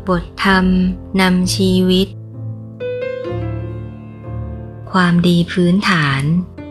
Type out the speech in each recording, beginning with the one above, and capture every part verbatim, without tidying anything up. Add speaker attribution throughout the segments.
Speaker 1: บทธรรมนำชีวิตความดีพื้นฐาน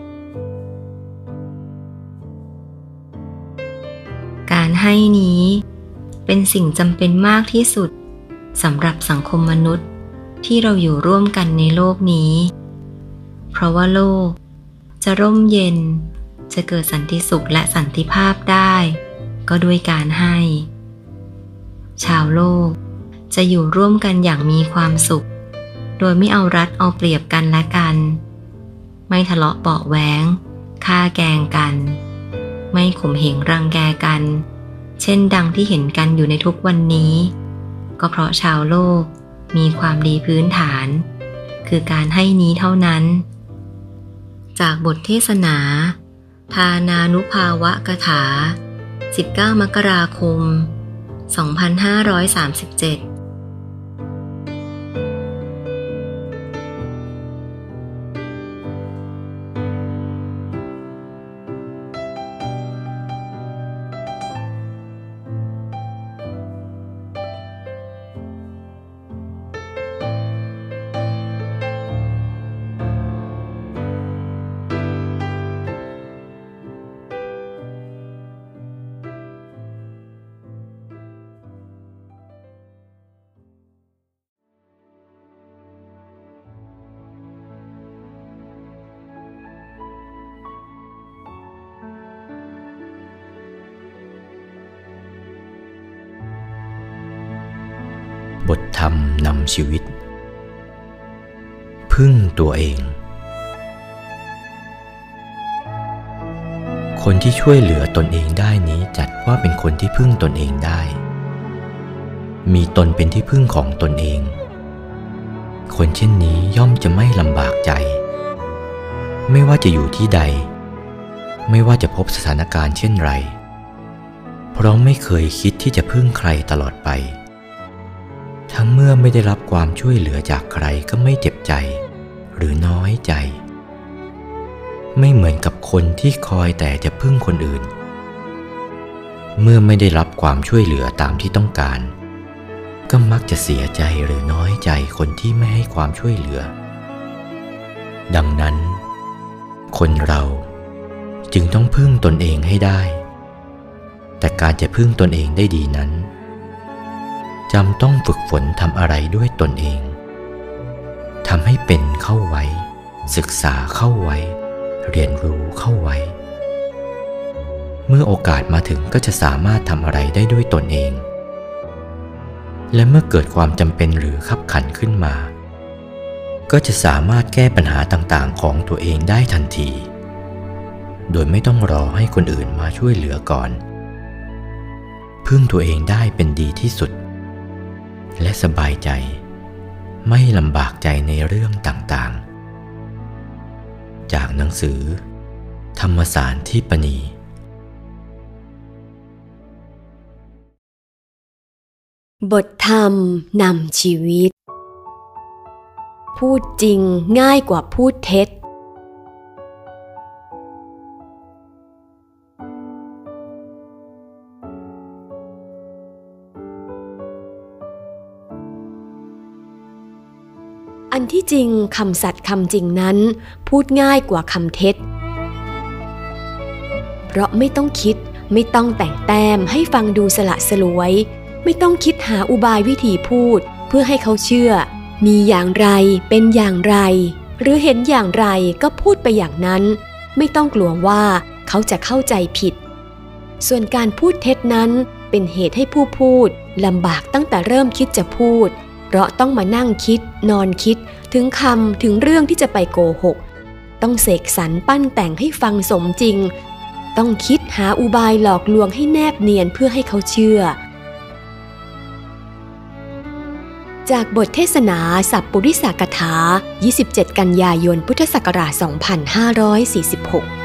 Speaker 1: การให้นี้เป็นสิ่งจำเป็นมากที่สุดสำหรับสังคมมนุษย์ที่เราอยู่ร่วมกันในโลกนี้เพราะว่าโลกจะร่มเย็นจะเกิดสันติสุขและสันติภาพได้ก็ด้วยการให้ชาวโลกจะอยู่ร่วมกันอย่างมีความสุขโดยไม่เอารัดเอาเปรียบกันและกันไม่ทะเลาะเบาะแว้งฆ่าแกล้งกันไม่ข่มเหงรังแกกันเช่นดังที่เห็นกันอยู่ในทุกวันนี้ก็เพราะชาวโลกมีความดีพื้นฐานคือการให้นี้เท่านั้นจากบทเทศนาทานานุภาวะกถาสิบเก้ามกราคมสองพันห้าร้อยสามสิบเจ็ด
Speaker 2: บทธรรมนำชีวิตพึ่งตัวเองคนที่ช่วยเหลือตนเองได้นี้จัดว่าเป็นคนที่พึ่งตนเองได้มีตนเป็นที่พึ่งของตนเองคนเช่นนี้ย่อมจะไม่ลำบากใจไม่ว่าจะอยู่ที่ใดไม่ว่าจะพบสถานการณ์เช่นไรเพราะไม่เคยคิดที่จะพึ่งใครตลอดไปทั้งเมื่อไม่ได้รับความช่วยเหลือจากใครก็ไม่เจ็บใจหรือน้อยใจไม่เหมือนกับคนที่คอยแต่จะพึ่งคนอื่นเมื่อไม่ได้รับความช่วยเหลือตามที่ต้องการก็มักจะเสียใจหรือน้อยใจคนที่ไม่ให้ความช่วยเหลือดังนั้นคนเราจึงต้องพึ่งตนเองให้ได้แต่การจะพึ่งตนเองได้ดีนั้นจำต้องฝึกฝนทำอะไรด้วยตนเองทำให้เป็นเข้าไว้ศึกษาเข้าไว้เรียนรู้เข้าไว้เมื่อโอกาสมาถึงก็จะสามารถทำอะไรได้ด้วยตนเองและเมื่อเกิดความจำเป็นหรือคับขันขึ้นมาก็จะสามารถแก้ปัญหาต่างๆของตัวเองได้ทันทีโดยไม่ต้องรอให้คนอื่นมาช่วยเหลือก่อนพึ่งตัวเองได้เป็นดีที่สุดและสบายใจไม่ลำบากใจในเรื่องต่างๆจากหนังสือธรรมสารที่ปณี
Speaker 3: บทธรรมนำชีวิตพูดจริงง่ายกว่าพูดเท็จอันที่จริงคำสัตย์คำจริงนั้นพูดง่ายกว่าคำเท็จเพราะไม่ต้องคิดไม่ต้องแต่งแต้มให้ฟังดูสละสลวยไม่ต้องคิดหาอุบายวิธีพูดเพื่อให้เขาเชื่อมีอย่างไรเป็นอย่างไรหรือเห็นอย่างไรก็พูดไปอย่างนั้นไม่ต้องกลัวว่าเขาจะเข้าใจผิดส่วนการพูดเท็จนั้นเป็นเหตุให้ผู้พูดลำบากตั้งแต่เริ่มคิดจะพูดเพราะต้องมานั่งคิดนอนคิดถึงคำถึงเรื่องที่จะไปโกหกต้องเสกสรรปั้นแต่งให้ฟังสมจริงต้องคิดหาอุบายหลอกลวงให้แนบเนียนเพื่อให้เขาเชื่อจากบทเทศนาสัพปุริสกถายี่สิบเจ็ดกันยายนพุทธศักราชสองพันห้าร้อยสี่สิบหก